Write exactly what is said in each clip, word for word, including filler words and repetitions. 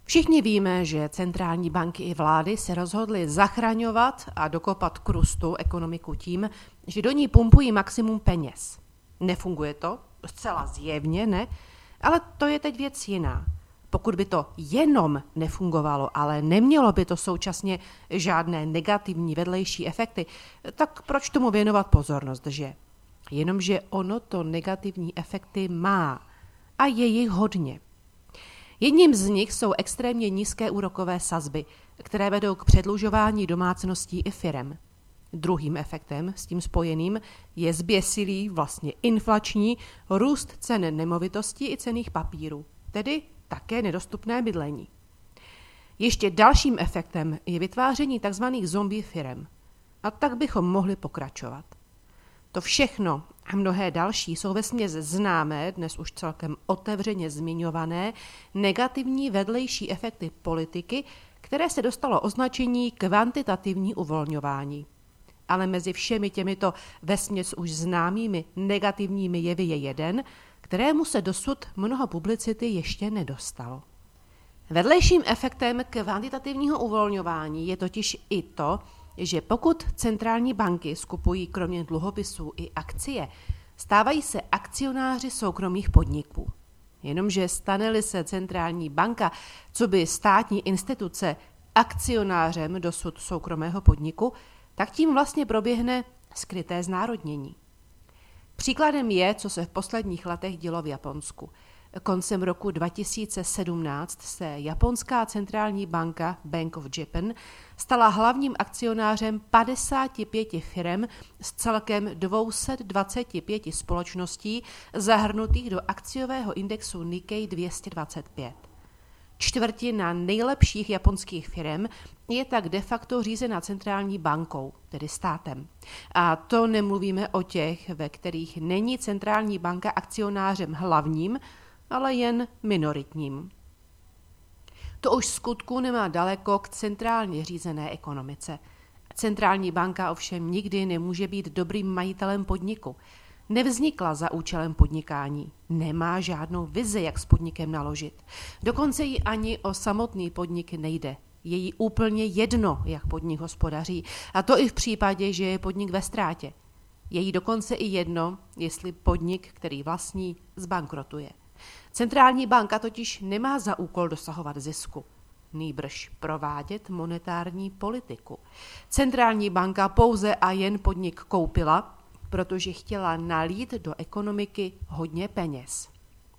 Všichni víme, že centrální banky i vlády se rozhodly zachraňovat a dokopat krustu ekonomiku tím, že do ní pumpují maximum peněz. Nefunguje to, zcela zjevně ne, ale to je teď věc jiná. Pokud by to jenom nefungovalo, ale nemělo by to současně žádné negativní vedlejší efekty, tak proč tomu věnovat pozornost, že? Jenomže ono to negativní efekty má a je jich hodně. Jedním z nich jsou extrémně nízké úrokové sazby, které vedou k předlužování domácností i firem. Druhým efektem s tím spojeným je zběsilý, vlastně inflační, růst cen nemovitostí i cenných papírů, tedy také nedostupné bydlení. Ještě dalším efektem je vytváření tzv. Zombie firem. A tak bychom mohli pokračovat. To všechno a mnohé další jsou vesměs známé, dnes už celkem otevřeně zmiňované, negativní vedlejší efekty politiky, které se dostalo označení kvantitativní uvolňování. Ale mezi všemi těmito vesměs už známými negativními jevy je jeden, kterému se dosud mnoho publicity ještě nedostalo. Vedlejším efektem kvantitativního uvolňování je totiž i to, že pokud centrální banky skupují kromě dluhopisů i akcie, stávají se akcionáři soukromých podniků. Jenomže stane-li se centrální banka, co by státní instituce, akcionářem dosud soukromého podniku, tak tím vlastně proběhne skryté znárodnění. Příkladem je, co se v posledních letech dělo v Japonsku. Koncem roku dva tisíce sedmnáct se japonská centrální banka Bank of Japan stala hlavním akcionářem padesáti pěti firem z celkem dvě stě dvacet pět společností zahrnutých do akciového indexu Nikkei dvě stě dvacet pět. Čtvrtina nejlepších japonských firem je tak de facto řízena centrální bankou, tedy státem. A to nemluvíme o těch, ve kterých není centrální banka akcionářem hlavním, ale jen minoritním. To už skutku nemá daleko k centrálně řízené ekonomice. Centrální banka ovšem nikdy nemůže být dobrým majitelem podniku. Nevznikla za účelem podnikání, nemá žádnou vizi, jak s podnikem naložit. Dokonce jí ani o samotný podnik nejde. Je jí úplně jedno, jak podnik hospodaří, a to i v případě, že je podnik ve ztrátě. Je jí dokonce i jedno, jestli podnik, který vlastní, zbankrotuje. Centrální banka totiž nemá za úkol dosahovat zisku, nýbrž provádět monetární politiku. Centrální banka pouze a jen podnik koupila, protože chtěla nalít do ekonomiky hodně peněz.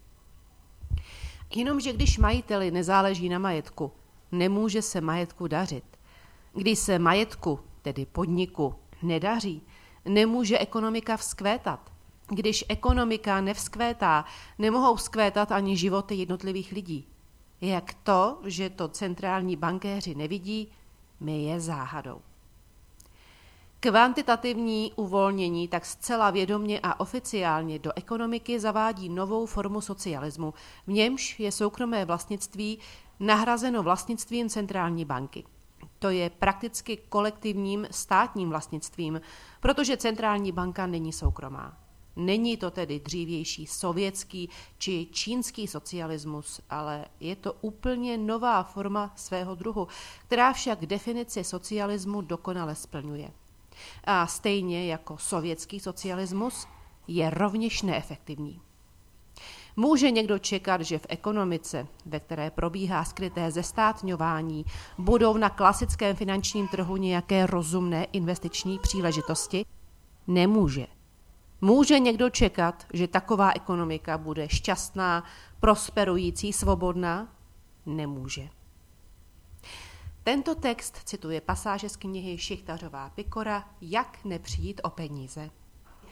Jenomže když majiteli nezáleží na majetku, nemůže se majetku dařit. Když se majetku, tedy podniku, nedaří, nemůže ekonomika vzkvétat. Když ekonomika nevzkvétá, nemohou vzkvétat ani životy jednotlivých lidí. Jak to, že to centrální bankéři nevidí, mi je záhadou. Kvantitativní uvolnění tak zcela vědomě a oficiálně do ekonomiky zavádí novou formu socialismu, v němž je soukromé vlastnictví nahrazeno vlastnictvím centrální banky. To je prakticky kolektivním státním vlastnictvím, protože centrální banka není soukromá. Není to tedy dřívější sovětský či čínský socialismus, ale je to úplně nová forma svého druhu, která však definici socialismu dokonale splňuje. A stejně jako sovětský socialismus je rovněž neefektivní. Může někdo čekat, že v ekonomice, ve které probíhá skryté zestátňování, budou na klasickém finančním trhu nějaké rozumné investiční příležitosti? Nemůže. Může někdo čekat, že taková ekonomika bude šťastná, prosperující, svobodná? Nemůže. Tento text cituje pasáže z knihy Šichtařová Pikora Jak nepřijít o peníze.